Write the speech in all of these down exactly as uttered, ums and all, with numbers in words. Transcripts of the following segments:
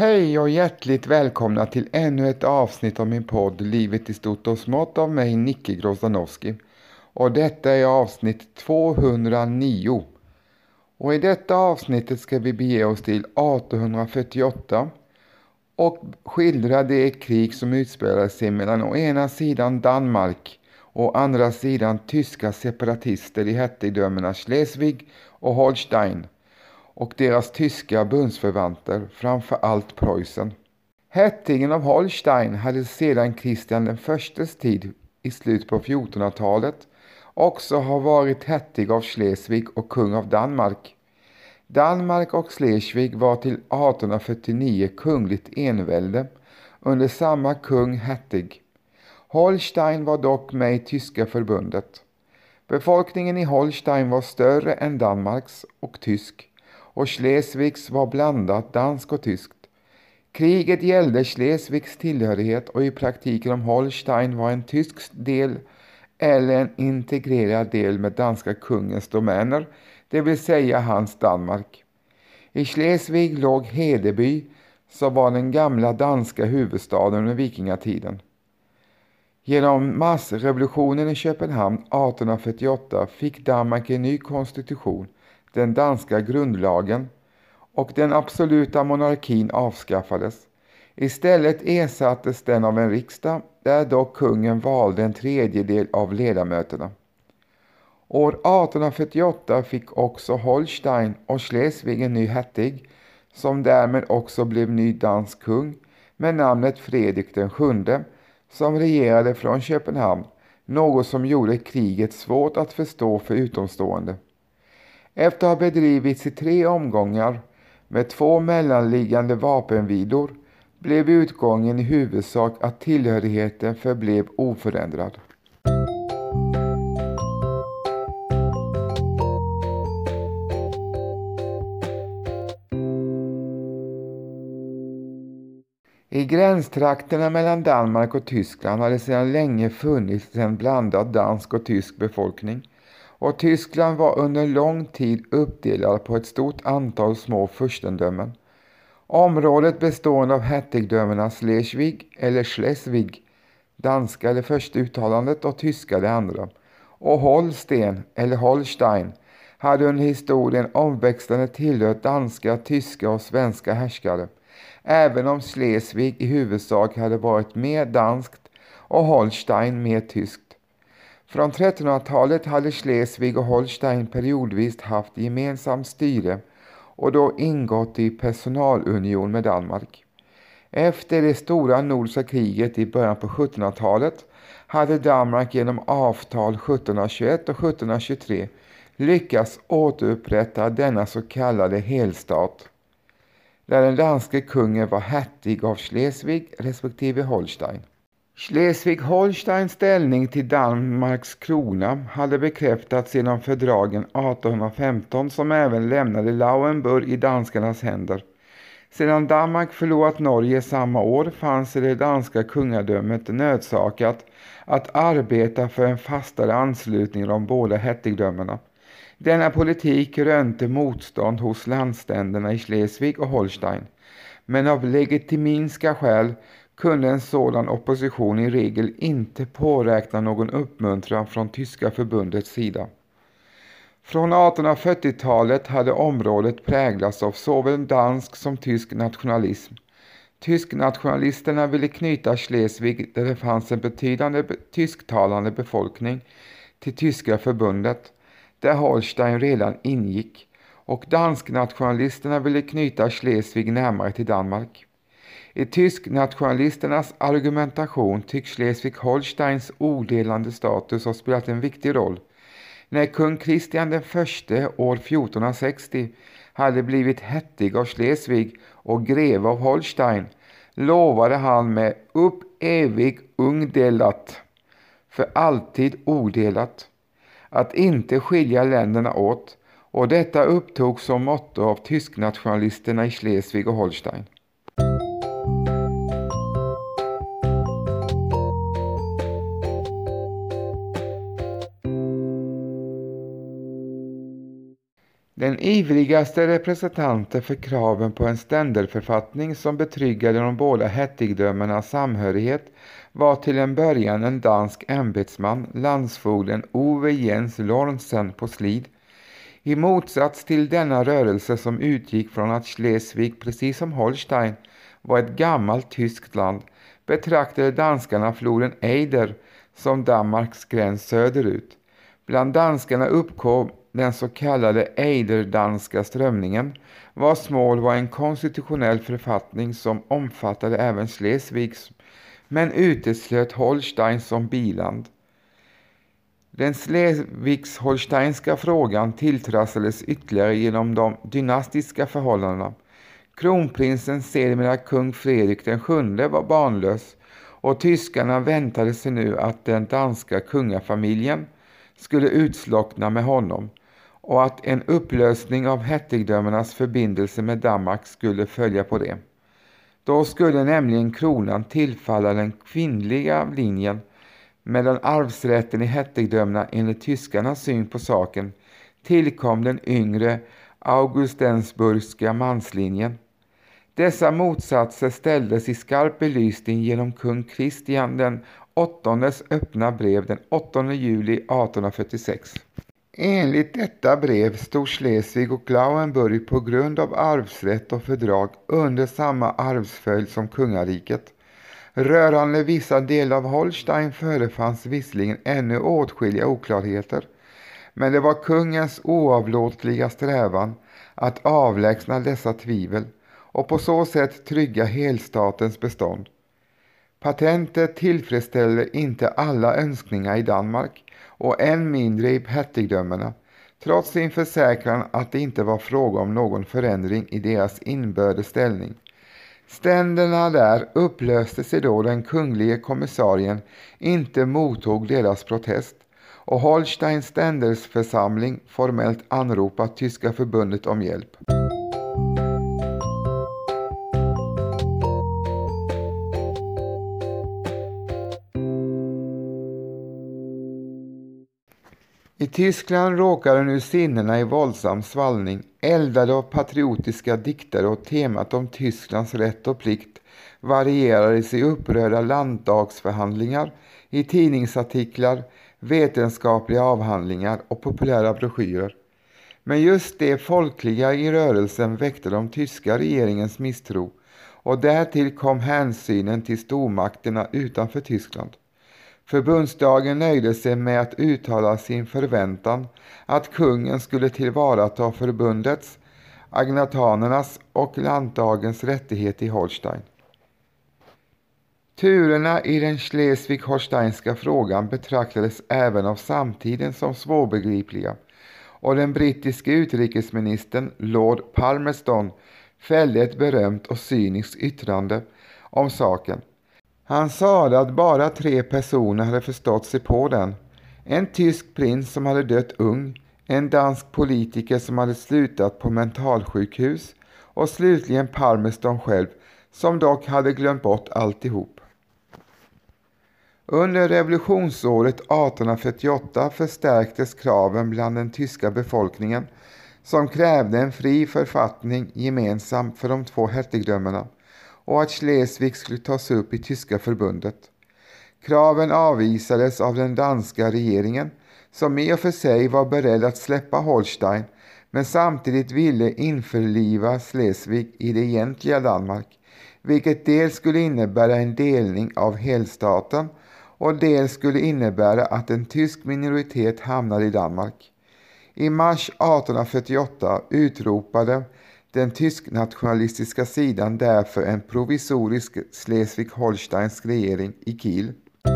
Hej och hjärtligt välkomna till ännu ett avsnitt av min podd Livet i stort och smått av mig, Nicke Grozdanowski. Och detta är avsnitt tvåhundranio. Och i detta avsnittet ska vi bege oss till artonhundrafyrtioåtta och skildra det krig som utspelade sig mellan å ena sidan Danmark och å andra sidan tyska separatister i hertigdömena Schleswig och Holstein och deras tyska bundsförvanter, framför allt Preussen. Hertigen av Holstein hade sedan Kristian den förstes tid i slutet på fjortonhundratalet också har varit hertig av Schleswig och kung av Danmark. Danmark och Schleswig var till artonhundrafyrtionio kungligt envälde under samma kung hertig. Holstein var dock med i tyska förbundet. Befolkningen i Holstein var större än Danmarks och tysk, och Schleswigs var blandat dansk och tyskt. Kriget gällde Schleswigs tillhörighet och i praktiken om Holstein var en tysk del eller en integrerad del med danska kungens domäner, det vill säga hans Danmark. I Schleswig låg Hedeby, som var den gamla danska huvudstaden under vikingatiden. Genom massrevolutionen i Köpenhamn artonhundrafyrtioåtta fick Danmark en ny konstitution, den danska grundlagen, och den absoluta monarkin avskaffades. Istället ersattes den av en riksdag där dock kungen valde en tredjedel av ledamöterna. År artonhundrafyrtioåtta fick också Holstein och Schleswig en ny hertig, som därmed också blev ny dansk kung med namnet Fredrik den sjunde, som regerade från Köpenhamn, något som gjorde kriget svårt att förstå för utomstående. Efter att ha bedrivits i tre omgångar med två mellanliggande vapenvilor blev utgången i huvudsak att tillhörigheten förblev oförändrad. I gränstrakterna mellan Danmark och Tyskland hade sedan länge funnits en blandad dansk och tysk befolkning, och Tyskland var under lång tid uppdelad på ett stort antal små furstendömen. Området bestående av hertigdömena Schleswig eller Schleswig, danska det första uttalandet och tyska det andra, och Holsten eller Holstein hade under historien omväxlande tillhört danska, tyska och svenska härskare, även om Schleswig i huvudsak hade varit mer danskt och Holstein mer tyskt. Från trettonhundratalet hade Schleswig och Holstein periodvis haft gemensamt styre och då ingått i personalunion med Danmark. Efter det stora nordiska kriget i början på sjuttonhundratalet hade Danmark genom avtal sjuttonhundratjugoett och sjuttonhundratjugotre lyckats återupprätta denna så kallade helstat, där den danske kungen var hertig av Schleswig respektive Holstein. Schleswig-Holsteins ställning till Danmarks krona hade bekräftats genom fördragen artonhundrafemton som även lämnade Lauenburg i danskarnas händer. Sedan Danmark förlorat Norge samma år fanns det danska kungadömet nödsakat att arbeta för en fastare anslutning av de båda hertigdömena. Denna politik rönte motstånd hos landständerna i Schleswig och Holstein, men av legitiminska skäl kunde en sådan opposition i regel inte påräkna någon uppmuntran från tyska förbundets sida. Från artonhundrafyrtiotalet hade området präglats av såväl dansk som tysk nationalism. Tysknationalisterna ville knyta Schleswig, där det fanns en betydande tysktalande befolkning, till tyska förbundet, där Holstein redan ingick, och dansknationalisterna ville knyta Schleswig närmare till Danmark. I tysknationalisternas argumentation tycks Schleswig-Holsteins odelande status ha spelat en viktig roll. När kung Kristian den förste år fjortonhundrasextio hade blivit hertig av Schleswig och greve av Holstein lovade han med upp evig ungdelat, för alltid odelat, att inte skilja länderna åt, och detta upptogs som motto av tysknationalisterna i Schleswig och Holstein. Den ivrigaste representanten för kraven på en ständerförfattning som betryggade de båda hertigdömenas samhörighet var till en början en dansk ämbetsman, landsfogden Ove Jens Lorentzen på Slid. I motsats till denna rörelse som utgick från att Schleswig, precis som Holstein, var ett gammalt tyskt land, betraktade danskarna floden Eider som Danmarks gräns söderut. Bland danskarna uppkom den så kallade eiderdanska strömningen, vars mål var en konstitutionell författning som omfattade även Schleswig men uteslöt Holstein som biland. Den Schleswig-holsteinska frågan tilltrasslades ytterligare genom de dynastiska förhållandena. Kronprinsen sedermera kung Fredrik den sjunde var barnlös och tyskarna väntade sig nu att den danska kungafamiljen skulle utslockna med honom och att en upplösning av hertigdömenas förbindelse med Danmark skulle följa på det. Då skulle nämligen kronan tillfalla den kvinnliga linjen, medan arvsrätten i hertigdömena enligt tyskarnas syn på saken tillkom den yngre Augustensburgska manslinjen. Dessa motsatser ställdes i skarp belysning genom kung Kristian den åttondes öppna brev den åttonde juli artonhundrafyrtiosex. Enligt detta brev stod Schleswig och Lauenburg på grund av arvsrätt och fördrag under samma arvsföljd som kungariket. Rörande vissa delar av Holstein förefanns visserligen ännu åtskilliga oklarheter, men det var kungens oavlåtliga strävan att avlägsna dessa tvivel och på så sätt trygga helstatens bestånd. Patentet tillfredsställde inte alla önskningar i Danmark och än mindre i hertigdömena, trots sin försäkran att det inte var fråga om någon förändring i deras inbördes ställning. Ständerna där upplöste sig då den kunglige kommissarien inte mottog deras protest och Holsteins ständersförsamling formellt anropat tyska förbundet om hjälp. I Tyskland råkade nu sinnena i våldsam svallning, eldade av patriotiska diktare och temat om Tysklands rätt och plikt varierades i upprörda landdagsförhandlingar, i tidningsartiklar, vetenskapliga avhandlingar och populära broschyrer. Men just det folkliga i rörelsen väckte de tyska regeringens misstro och därtill kom hänsynen till stormakterna utanför Tyskland. Förbundsdagen nöjde sig med att uttala sin förväntan att kungen skulle tillvarata förbundets, agnatanernas och landdagens rättighet i Holstein. Turerna i den Schleswig-holsteinska frågan betraktades även av samtiden som svårbegripliga och den brittiske utrikesministern Lord Palmerston fällde ett berömt och cyniskt yttrande om saken. Han sade att bara tre personer hade förstått sig på den. En tysk prins som hade dött ung, en dansk politiker som hade slutat på mentalsjukhus och slutligen Palmerston själv som dock hade glömt bort alltihop. Under revolutionsåret artonhundrafyrtioåtta förstärktes kraven bland den tyska befolkningen som krävde en fri författning gemensam för de två hertigdömena och att Schleswig skulle tas upp i tyska förbundet. Kraven avvisades av den danska regeringen som i och för sig var beredd att släppa Holstein men samtidigt ville införliva Schleswig i det egentliga Danmark, vilket dels skulle innebära en delning av helstaten och dels skulle innebära att en tysk minoritet hamnade i Danmark. I mars artonhundrafyrtioåtta utropade den tysk-nationalistiska sidan därför en provisorisk Schleswig-holsteinsk regering i Kiel.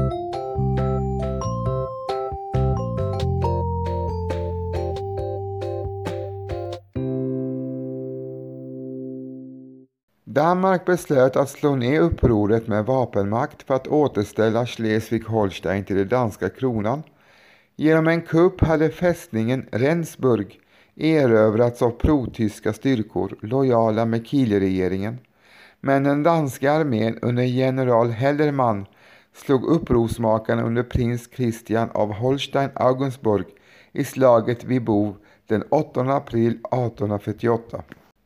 Danmark beslöt att slå ner upproret med vapenmakt för att återställa Schleswig-Holstein till den danska kronan. Genom en kupp hade fästningen Rendsburg erövrats av protyska styrkor lojala med Kielregeringen. Men den danska armén under general Hellermann slog upprorsmakarna under prins Christian av Holstein-Augensburg i slaget vid Bov den åttonde april artonhundrafyrtioåtta.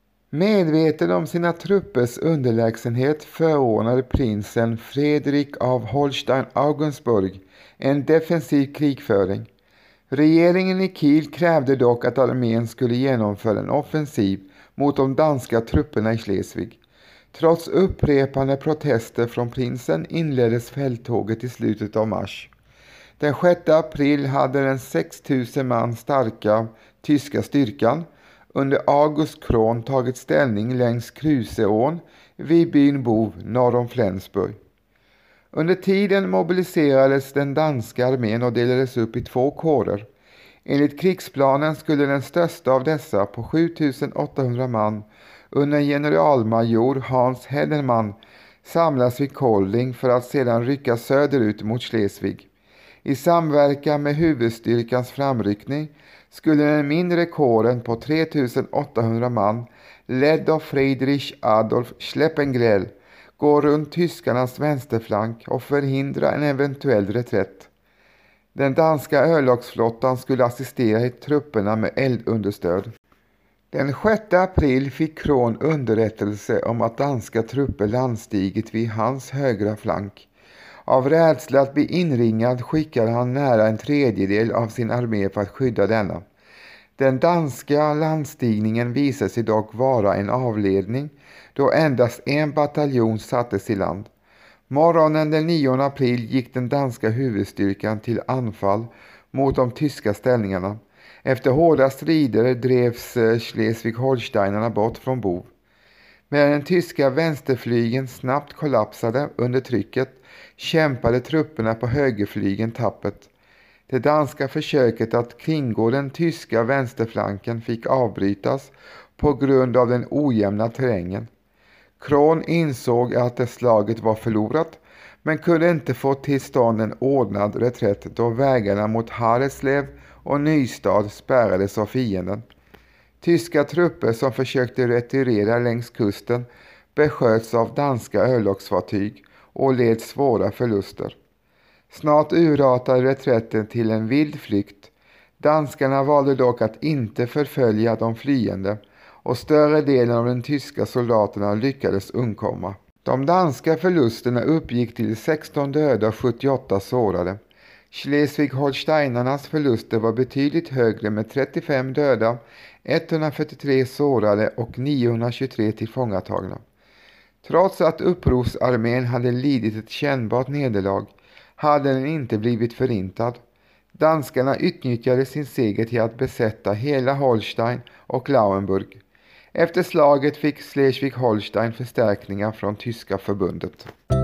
Medveten om sina truppers underlägsenhet förordnade prinsen Fredrik av Holstein-Augensburg en defensiv krigföring. Regeringen i Kiel krävde dock att armén skulle genomföra en offensiv mot de danska trupperna i Schleswig. Trots upprepade protester från prinsen inleddes fälttåget i slutet av mars. Den sjätte april hade den sex tusen man starka tyska styrkan under August Kron tagit ställning längs Kruseån vid byn Bov norr om Flensburg. Under tiden mobiliserades den danska armén och delades upp i två kårer. Enligt krigsplanen skulle den största av dessa på sju tusen åttahundra man under generalmajor Hans Heddermann samlas vid Kolding för att sedan rycka söderut mot Schleswig. I samverkan med huvudstyrkans framryckning skulle den mindre kåren på tre tusen åttahundra man, ledd av Friedrich Adolf Schleppengrell, gå runt tyskarnas vänsterflank och förhindra en eventuell reträtt. Den danska örlogsflottan skulle assistera i trupperna med eldunderstöd. Den sjätte april fick Kron underrättelse om att danska trupper landstigit vid hans högra flank. Av rädsla att bli inringad skickade han nära en tredjedel av sin armé för att skydda denna. Den danska landstigningen visade sig dock vara en avledning, då endast en bataljon sattes i land. Morgonen den nionde april gick den danska huvudstyrkan till anfall mot de tyska ställningarna. Efter hårda strider drevs Schleswig-Holsteinerna bort från Bov. Men den tyska vänsterflygen snabbt kollapsade under trycket, kämpade trupperna på högerflygen tappert. Det danska försöket att kringgå den tyska vänsterflanken fick avbrytas på grund av den ojämna terrängen. Kron insåg att det slaget var förlorat, men kunde inte få till stånd en ordnad reträtt då vägarna mot Harreslev och Nystad spärrades av fienden. Tyska trupper som försökte retirera längs kusten besköts av danska örlogsfartyg och led svåra förluster. Snart urartade reträtten till en vild flykt. Danskarna valde dock att inte förfölja de flyende och större delen av de tyska soldaterna lyckades undkomma. De danska förlusterna uppgick till sexton döda och sjuttioåtta sårade. Schleswig-Holsteinernas förluster var betydligt högre med trettiofem döda, etthundrafyrtiotre sårade och niohundratjugotre tillfångatagna. Trots att upprorsarmén hade lidit ett kännbart nederlag hade den inte blivit förintad. Danskarna utnyttjade sin seger till att besätta hela Holstein och Lauenburg. Efter slaget fick Schleswig-Holstein förstärkningar från tyska förbundet.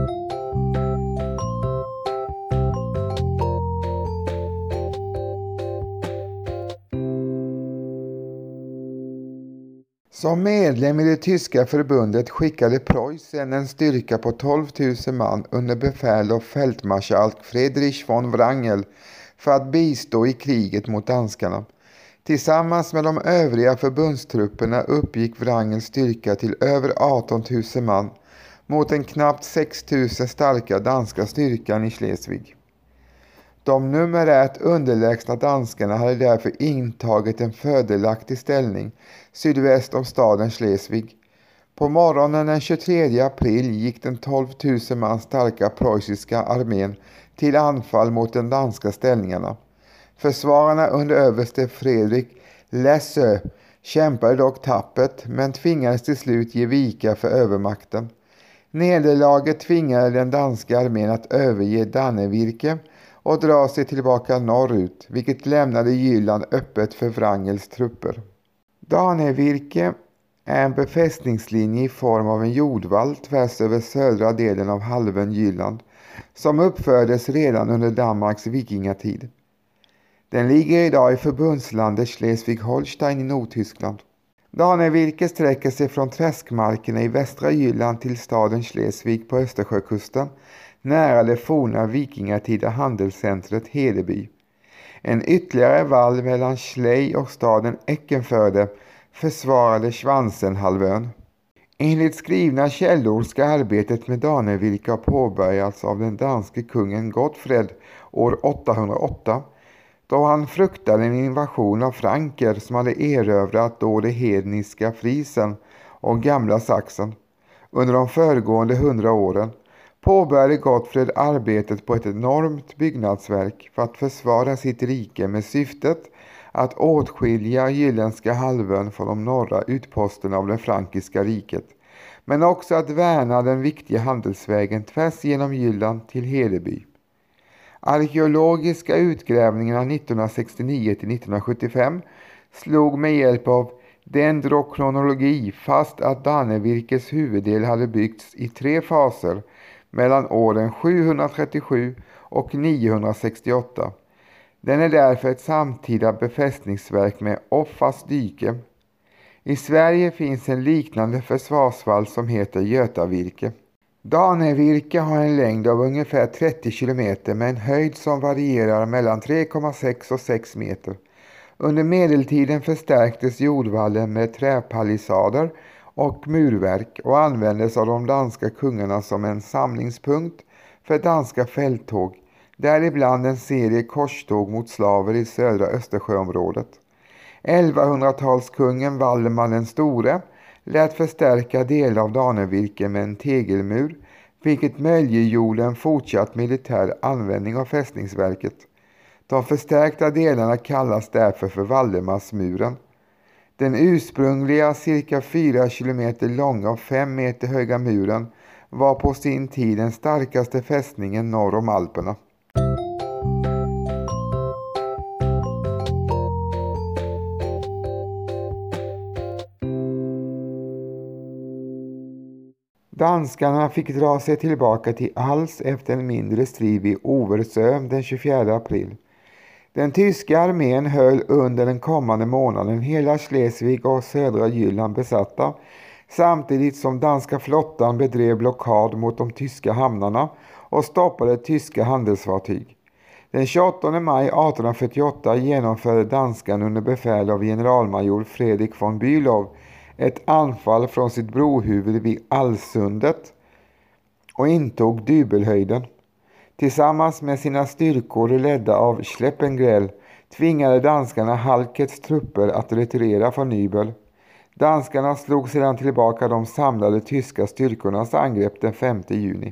Som medlem i det tyska förbundet skickade Preussen en styrka på tolv tusen man under befäl av fältmarskalk Friedrich von Wrangel för att bistå i kriget mot danskarna. Tillsammans med de övriga förbundstrupperna uppgick Wrangels styrka till över arton tusen man mot en knappt sex tusen starka danska styrkan i Schleswig. De numerärt underlägsna danskarna hade därför intagit en fördelaktig ställning sydväst om staden Schleswig. På morgonen den tjugotredje april gick den tolv tusen man starka preussiska armén till anfall mot de danska ställningarna. Försvararna under överste Fredrik Lessö kämpade dock tappert men tvingades till slut ge vika för övermakten. Nederlaget tvingade den danska armén att överge Dannevirke och dra sig tillbaka norrut, vilket lämnade Jylland öppet för Wrangels trupper. Dannevirke är en befästningslinje i form av en jordvall tvärs över södra delen av halvön Jylland, som uppfördes redan under Danmarks vikingatid. Den ligger idag i förbundslandet Schleswig-Holstein i Nordtyskland. Dannevirke sträcker sig från träskmarkerna i västra Jylland till staden Schleswig på Östersjökusten, nära det forna vikingatida handelscentret Hedeby. En ytterligare vall mellan Schlei och staden Eckenförde försvarade Schwansenhalvön. Enligt skrivna källor ska arbetet med Dannevirke ha påbörjats av den danske kungen Gottfred år åttahundraåtta. då han fruktade en invasion av franker som hade erövrat då det hedniska Frisen och gamla Sachsen. Under de föregående hundra åren påbörjade Gottfrid arbetet på ett enormt byggnadsverk för att försvara sitt rike med syftet att åtskilja Jylländska halvön från de norra utposterna av det frankiska riket, men också att värna den viktiga handelsvägen tvärs genom Jylland till Hedeby. Arkeologiska utgrävningarna nittonhundrasextionio till nittonhundrasjuttiofem slog med hjälp av dendrokronologi fast att Dannevirkes huvuddel hade byggts i tre faser mellan åren sjuhundratrettiosju och niohundrasextioåtta. Den är därför ett samtida befästningsverk med Offas dyke. I Sverige finns en liknande försvarsvall som heter Götavirke. Dannevirke har en längd av ungefär trettio kilometer med en höjd som varierar mellan tre komma sex och sex meter. Under medeltiden förstärktes jordvallen med träpalissader och murverk och användes av de danska kungarna som en samlingspunkt för danska fälttåg, däribland en serie korståg mot slaver i södra Östersjöområdet. elvahundratalskungen Valdemar den store lät förstärka delar av Dannevirke med en tegelmur, vilket möjliggjorde en fortsatt militär användning av fästningsverket. De förstärkta delarna kallas därför för Valdemarsmuren. Den ursprungliga cirka fyra kilometer långa och fem meter höga muren var på sin tid den starkaste fästningen norr om Alperna. Danskarna fick dra sig tillbaka till Als efter en mindre strid vid Oversö den tjugofjärde april. Den tyska armén höll under den kommande månaden hela Schleswig och södra Jylland besatta, samtidigt som danska flottan bedrev blockad mot de tyska hamnarna och stoppade tyska handelsfartyg. Den tjugoåttonde maj artonhundrafyrtioåtta genomförde danskarna under befäl av generalmajor Fredrik von Bülow ett anfall från sitt brohuvud vid Alsundet och intog Dybelhöjden. Tillsammans med sina styrkor ledda av Schleppengrell tvingade danskarna Halkets trupper att retirera från Nybel. Danskarna slog sedan tillbaka de samlade tyska styrkornas angrepp den femte juni.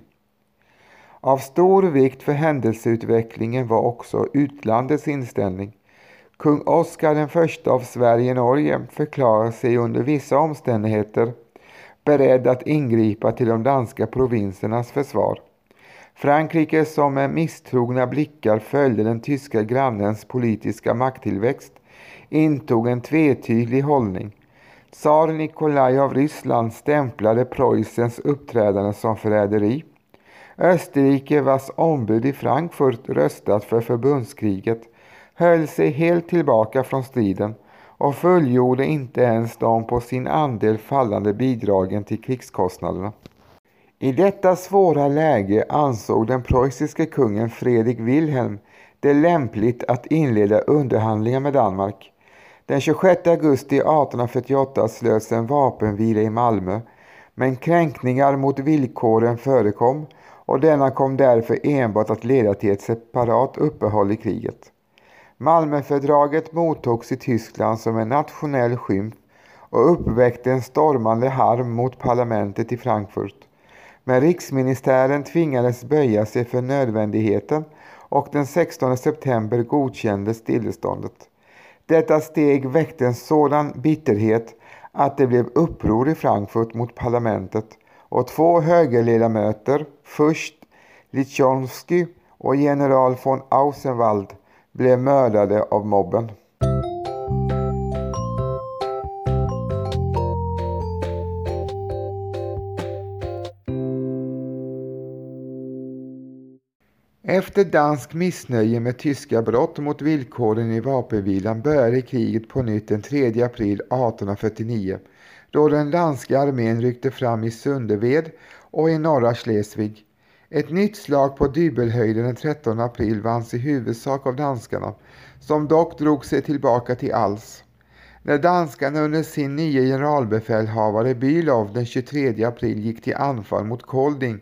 Av stor vikt för händelseutvecklingen var också utlandets inställning. Kung Oskar den första av Sverige-Norge förklarade sig under vissa omständigheter beredd att ingripa till de danska provinsernas försvar. Frankrike, som med misstrogna blickar följde den tyska grannens politiska makttillväxt, intog en tvetydig hållning. Tsar Nikolaj av Ryssland stämplade Preussens uppträdande som förräderi. Österrike, vars ombud i Frankfurt röstat för förbundskriget, höll sig helt tillbaka från striden och fullgjorde inte ens de på sin andel fallande bidragen till krigskostnaderna. I detta svåra läge ansåg den preussiske kungen Fredrik Wilhelm det lämpligt att inleda underhandlingar med Danmark. Den tjugosjätte augusti artonhundrafyrtioåtta slöts en vapenvila i Malmö, men kränkningar mot villkoren förekom och denna kom därför enbart att leda till ett separat uppehåll i kriget. Malmöfördraget mottogs i Tyskland som en nationell skymf och uppväckte en stormande harm mot parlamentet i Frankfurt. Men riksministären tvingades böja sig för nödvändigheten och den sextonde september godkändes stilleståndet. Detta steg väckte en sådan bitterhet att det blev uppror i Frankfurt mot parlamentet och två högerledamöter, först Lichnowsky och general von Ausenwald, blev mördade av mobben. Efter dansk missnöje med tyska brott mot villkoren i vapenvilan började kriget på nytt den tredje april artonhundrafyrtionio, då den danska armén ryckte fram i Sundeved och i norra Schleswig. Ett nytt slag på Dybelhöjden den trettonde april vanns i huvudsak av danskarna, som dock drog sig tillbaka till Als. När danskarna under sin nya generalbefälhavare Bülow den tjugotredje april gick till anfall mot Kolding,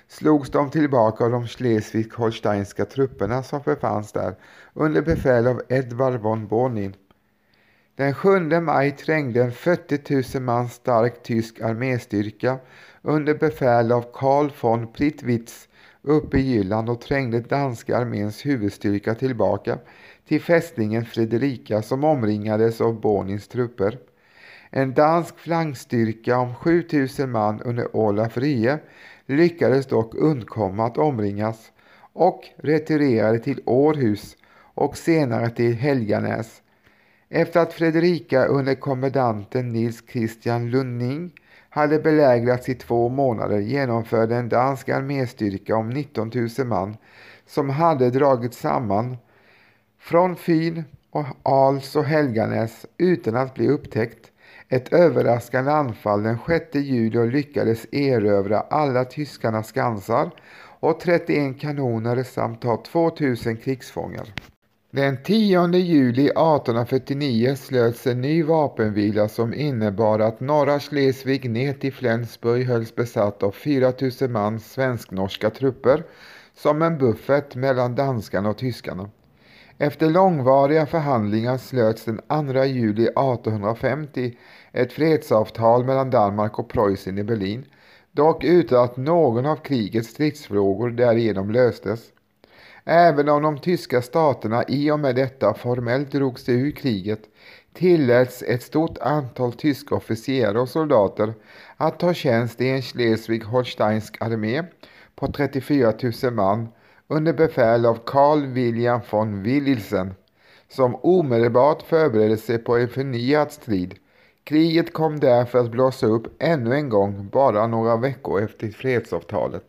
slogs de tillbaka av de Schleswig-Holsteinska trupperna som befanns där under befäl av Edvard von Bonin. Den sjunde maj trängde en fyrtio tusen man stark tysk armésstyrka under befäl av Karl von Prittwitz upp i Jylland och trängde danska arméns huvudstyrka tillbaka till fästningen Fredrika som omringades av Bonins trupper. En dansk flankstyrka om sju tusen man under Olaf Rye lyckades dock undkomma att omringas och retirerade till Århus och senare till Helganäs. Efter att Fredrika under kommendanten Nils Christian Lunning hade belägrats i två månader genomförde en dansk armésstyrka om nitton tusen man som hade dragit samman från Fyn och Als och Helganäs utan att bli upptäckt ett överraskande anfall den sjätte juli och lyckades erövra alla tyskarnas skansar och trettioen kanoner samt ta tvåtusen krigsfångar. Den tionde juli artonhundrafyrtionio slöts en ny vapenvila som innebar att norra Schleswig ner till Flensburg hölls besatt av fyra tusen man svensk-norska trupper som en buffert mellan danskarna och tyskarna. Efter långvariga förhandlingar slöts den andra juli artonhundrafemtio ett fredsavtal mellan Danmark och Preussen i Berlin, dock utan att någon av krigets stridsfrågor därigenom löstes. Även om de tyska staterna i och med detta formellt drog sig ur kriget, tilläts ett stort antal tyska officerare och soldater att ta tjänst i en Schleswig-Holsteinsk armé på trettiofyra tusen man under befäl av Carl William von Willisen, som omedelbart förberedde sig på en förnyad strid. Kriget kom därför att blåsa upp ännu en gång bara några veckor efter fredsavtalet.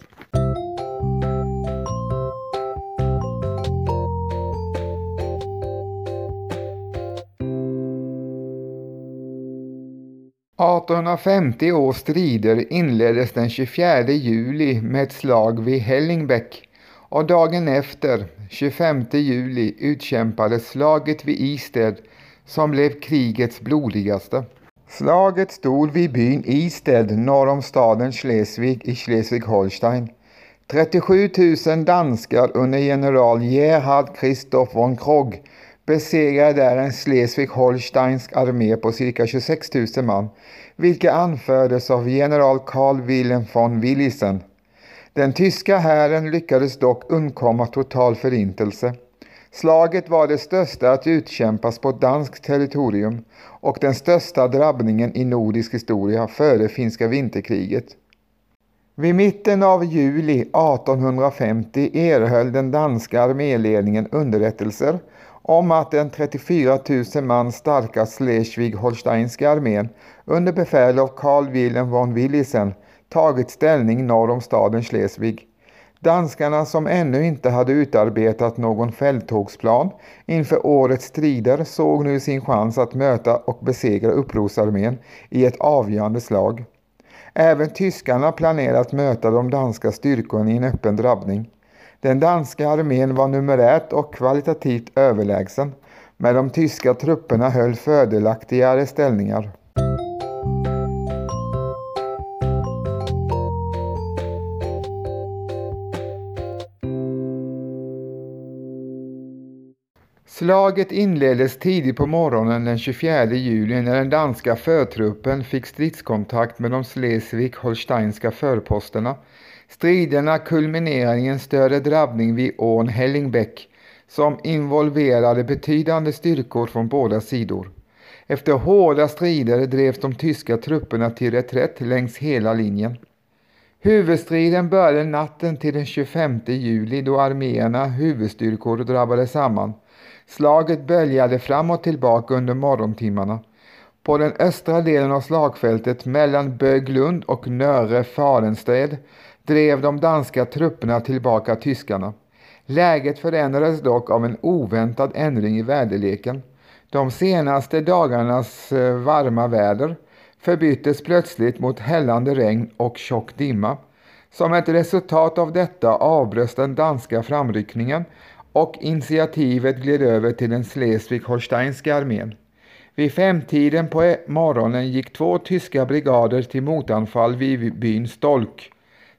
artonhundrafemtio års strider inleddes den tjugofjärde juli med ett slag vid Hellingbeck och dagen efter, tjugofemte juli, utkämpades slaget vid Isted som blev krigets blodigaste. Slaget stod vid byn Isted norr om staden Schleswig i Schleswig-Holstein. trettiosju tusen danskar under general Gerhard Christoph von Krogh besegrade där en Schleswig-Holsteinsk armé på cirka tjugosex tusen man, vilka anfördes av general Carl Wilhelm von Willisen. Den tyska hären lyckades dock undkomma total förintelse. Slaget var det största att utkämpas på danskt territorium och den största drabbningen i nordisk historia före finska vinterkriget. Vid mitten av juli artonhundrafemtio erhöll den danska arméledningen underrättelser om att den trettiofyra tusen man starka Schleswig-Holsteinska armén under befäl av Carl Wilhelm von Willisen tagit ställning norr om staden Schleswig. Danskarna, som ännu inte hade utarbetat någon fälttågsplan inför årets strider, såg nu sin chans att möta och besegra upprorsarmén i ett avgörande slag. Även tyskarna planerade att möta de danska styrkorna i en öppen drabbning. Den danska armén var numerärt och kvalitativt överlägsen, men de tyska trupperna höll fördelaktigare ställningar. Slaget inleddes tidigt på morgonen den tjugofjärde juli när den danska förtruppen fick stridskontakt med de Schleswig-Holsteinska förposterna. Striderna kulminerade i en större drabbning vid ån Hellingbeck som involverade betydande styrkor från båda sidor. Efter hårda strider drevs de tyska trupperna till reträtt längs hela linjen. Huvudstriden började natten till den tjugofemte juli då arméerna huvudstyrkor drabbade samman. Slaget böljade fram och tillbaka under morgontimmarna. På den östra delen av slagfältet mellan Böglund och Nöre Farensted drev de danska trupperna tillbaka tyskarna. Läget förändrades dock av en oväntad ändring i väderleken. De senaste dagarnas varma väder förbyttes plötsligt mot hällande regn och tjock dimma. Som ett resultat av detta avbröts den danska framryckningen och initiativet gled över till den Schleswig-Holsteinska armén. Vid femtiden på morgonen gick två tyska brigader till motanfall vid byn Stolk.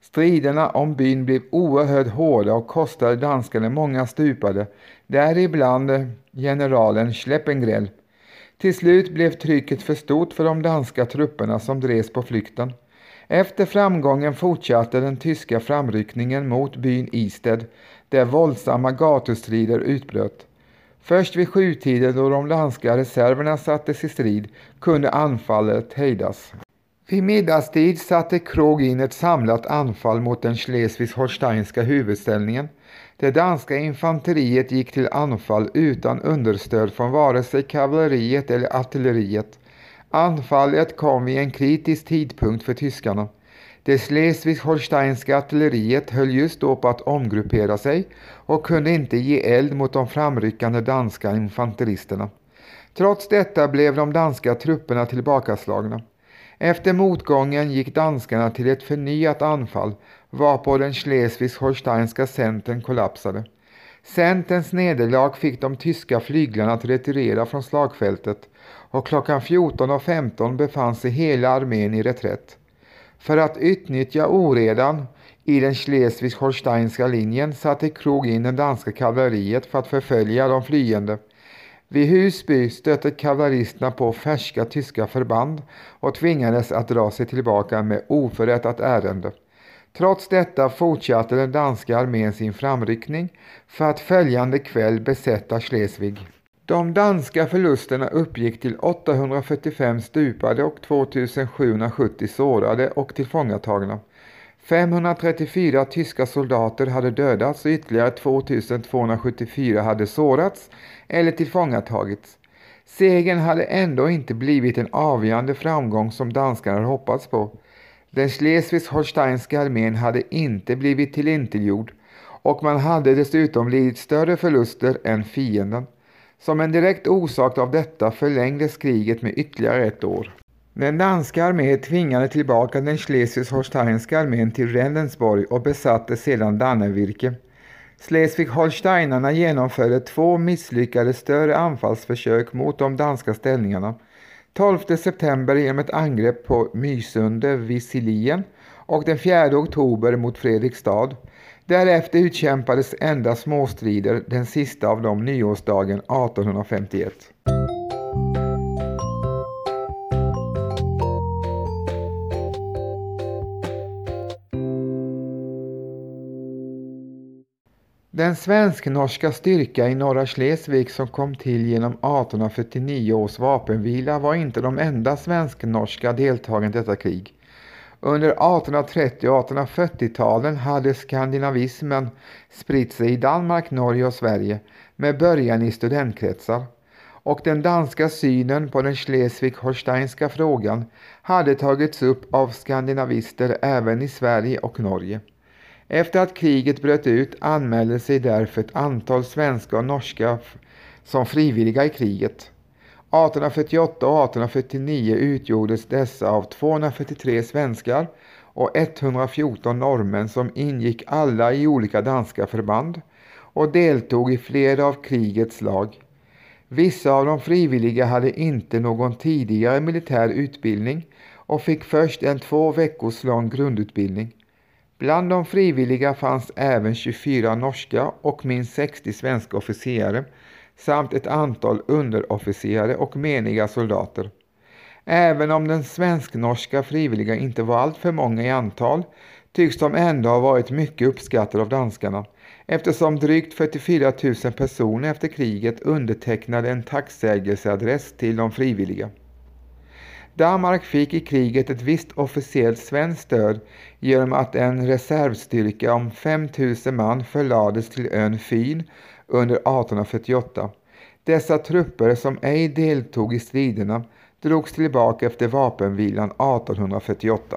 Striderna om byn blev oerhört hårda och kostade danskarna många stupade, däribland generalen Schleppengrell. Till slut blev trycket för stort för de danska trupperna som drevs på flykten. Efter framgången fortsatte den tyska framryckningen mot byn Isted, där våldsamma gatustrider utbröt. Först vid sjutiden, då de danska reserverna sattes i strid, kunde anfallet hejdas. Vid middagstid satte Krog in ett samlat anfall mot den Schleswig-Holsteinska huvudställningen. Det danska infanteriet gick till anfall utan understöd från vare sig kavalleriet eller artilleriet. Anfallet kom vid en kritisk tidpunkt för tyskarna. Det Schleswig-Holsteinska artilleriet höll just då på att omgruppera sig och kunde inte ge eld mot de framryckande danska infanteristerna. Trots detta blev de danska trupperna tillbakaslagna. Efter motgången gick danskarna till ett förnyat anfall, varpå den Schleswig-Holsteinska centern kollapsade. Centerns nederlag fick de tyska flyglarna att retirera från slagfältet, och klockan fjorton och femton befann sig hela armén i reträtt. För att utnyttja oredan i den Schleswig-Holsteinska linjen satte Krog in det danska kavalleriet för att förfölja de flyende. Vid Husby stötte kavalleristerna på färska tyska förband och tvingades att dra sig tillbaka med oförrättat ärende. Trots detta fortsatte den danska armén sin framryckning för att följande kväll besätta Schleswig. De danska förlusterna uppgick till åttahundrafyrtiofem stupade och tvåtusensjuhundrasjuttio sårade och tillfångatagna. femhundratrettiofyra tyska soldater hade dödats och ytterligare tvåtusentvåhundrasjuttiofyra hade sårats eller tillfångatagits. Segern hade ändå inte blivit en avgörande framgång som danskarna hade hoppats på. Den Schleswig-Holsteinska armén hade inte blivit tillintetgjord, och man hade dessutom lidit större förluster än fienden. Som en direkt orsak av detta förlängdes kriget med ytterligare ett år. Den danska armén tvingade tillbaka den Schleswig-Holsteinska armén till Rendsborg och besatte sedan Dannevirke. Schleswig-Holsteinarna genomförde två misslyckade större anfallsförsök mot de danska ställningarna. tolfte september genom ett angrepp på Mysunde vid Silien och den fjärde oktober mot Fredrikstad. Därefter utkämpades endast småstrider, den sista av dem nyårsdagen artonhundrafemtioett. Den svensk-norska styrka i norra Schleswig som kom till genom artonhundrafyrtionio års vapenvila var inte de enda svensk-norska deltagarna i detta krig. Under artonhundratrettio- och artonhundrafyrtio-talen hade skandinavismen spritt sig i Danmark, Norge och Sverige med början i studentkretsar. Och den danska synen på den Schleswig-Holsteinska frågan hade tagits upp av skandinavister även i Sverige och Norge. Efter att kriget bröt ut anmälde sig därför ett antal svenska och norska som frivilliga i kriget. artonhundrafyrtioåtta och artonhundrafyrtionio utgjordes dessa av tvåhundrafyrtiotre svenskar och etthundrafjorton norrmän som ingick alla i olika danska förband och deltog i flera av krigets slag. Vissa av de frivilliga hade inte någon tidigare militär utbildning och fick först en två veckors lång grundutbildning. Bland de frivilliga fanns även tjugofyra norska och minst sextio svenska officerare samt ett antal underofficerare och meniga soldater. Även om den svensk-norska frivilliga inte var allt för många i antal tycks de ändå ha varit mycket uppskattade av danskarna, eftersom drygt fyrtiofyra tusen personer efter kriget undertecknade en tacksägelseadress till de frivilliga. Danmark fick i kriget ett visst officiellt svenskt stöd genom att en reservstyrka om fem tusen man förlades till ön Fyn under artonhundrafyrtioåtta. Dessa trupper som ej deltog i striderna drogs tillbaka efter vapenvilan artonhundrafyrtioåtta.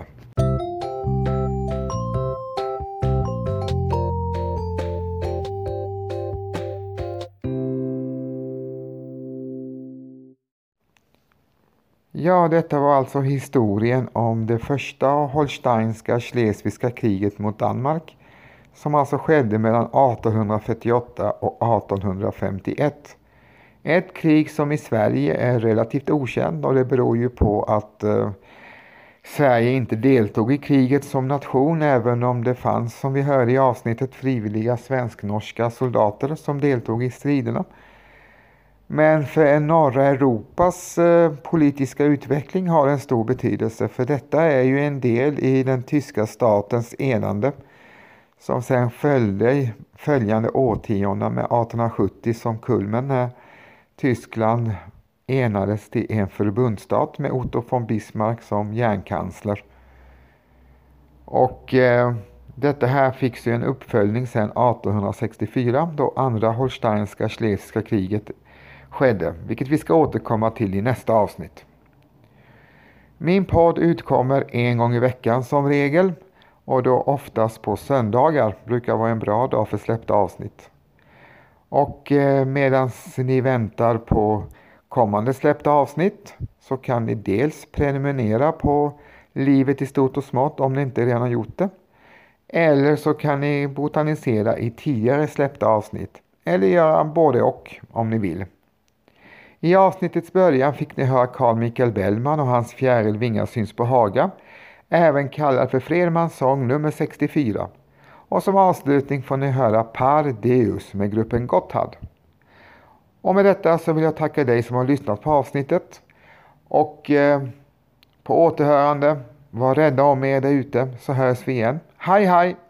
Ja, detta var alltså historien om det första holsteinska schleswigska kriget mot Danmark, som alltså skedde mellan artonhundrafyrtioåtta och artonhundrafemtioett. Ett krig som i Sverige är relativt okänd, och det beror ju på att eh, Sverige inte deltog i kriget som nation, även om det fanns, som vi hörde i avsnittet, frivilliga svensk-norska soldater som deltog i striderna. Men för norra Europas eh, politiska utveckling har en stor betydelse, för detta är ju en del i den tyska statens enande som sedan följde följande årtionden med artonhundrasjuttio som kulmen när Tyskland enades till en förbundsstat med Otto von Bismarck som järnkansler. Och eh, detta här fick ju en uppföljning sedan artonhundrasextiofyra då andra holsteinska schlesiska kriget skedde, vilket vi ska återkomma till i nästa avsnitt. Min podd utkommer en gång i veckan som regel, och då oftast på söndagar brukar vara en bra dag för släppta avsnitt. Och eh, medan ni väntar på kommande släppta avsnitt så kan ni dels prenumerera på Livet i stort och smått om ni inte redan har gjort det. Eller så kan ni botanisera i tidigare släppta avsnitt. Eller göra både och om ni vill. I avsnittets början fick ni höra Carl Michael Bellman och hans Fjäril vingar syns på Haga. Även kallad för Fredmans sång nummer sextiofyra. Och som avslutning får ni höra Par Deus med gruppen Gotthard. Och med detta så vill jag tacka dig som har lyssnat på avsnittet. Och eh, på återhörande, var rädda om er där ute så hörs vi igen. Hej hej!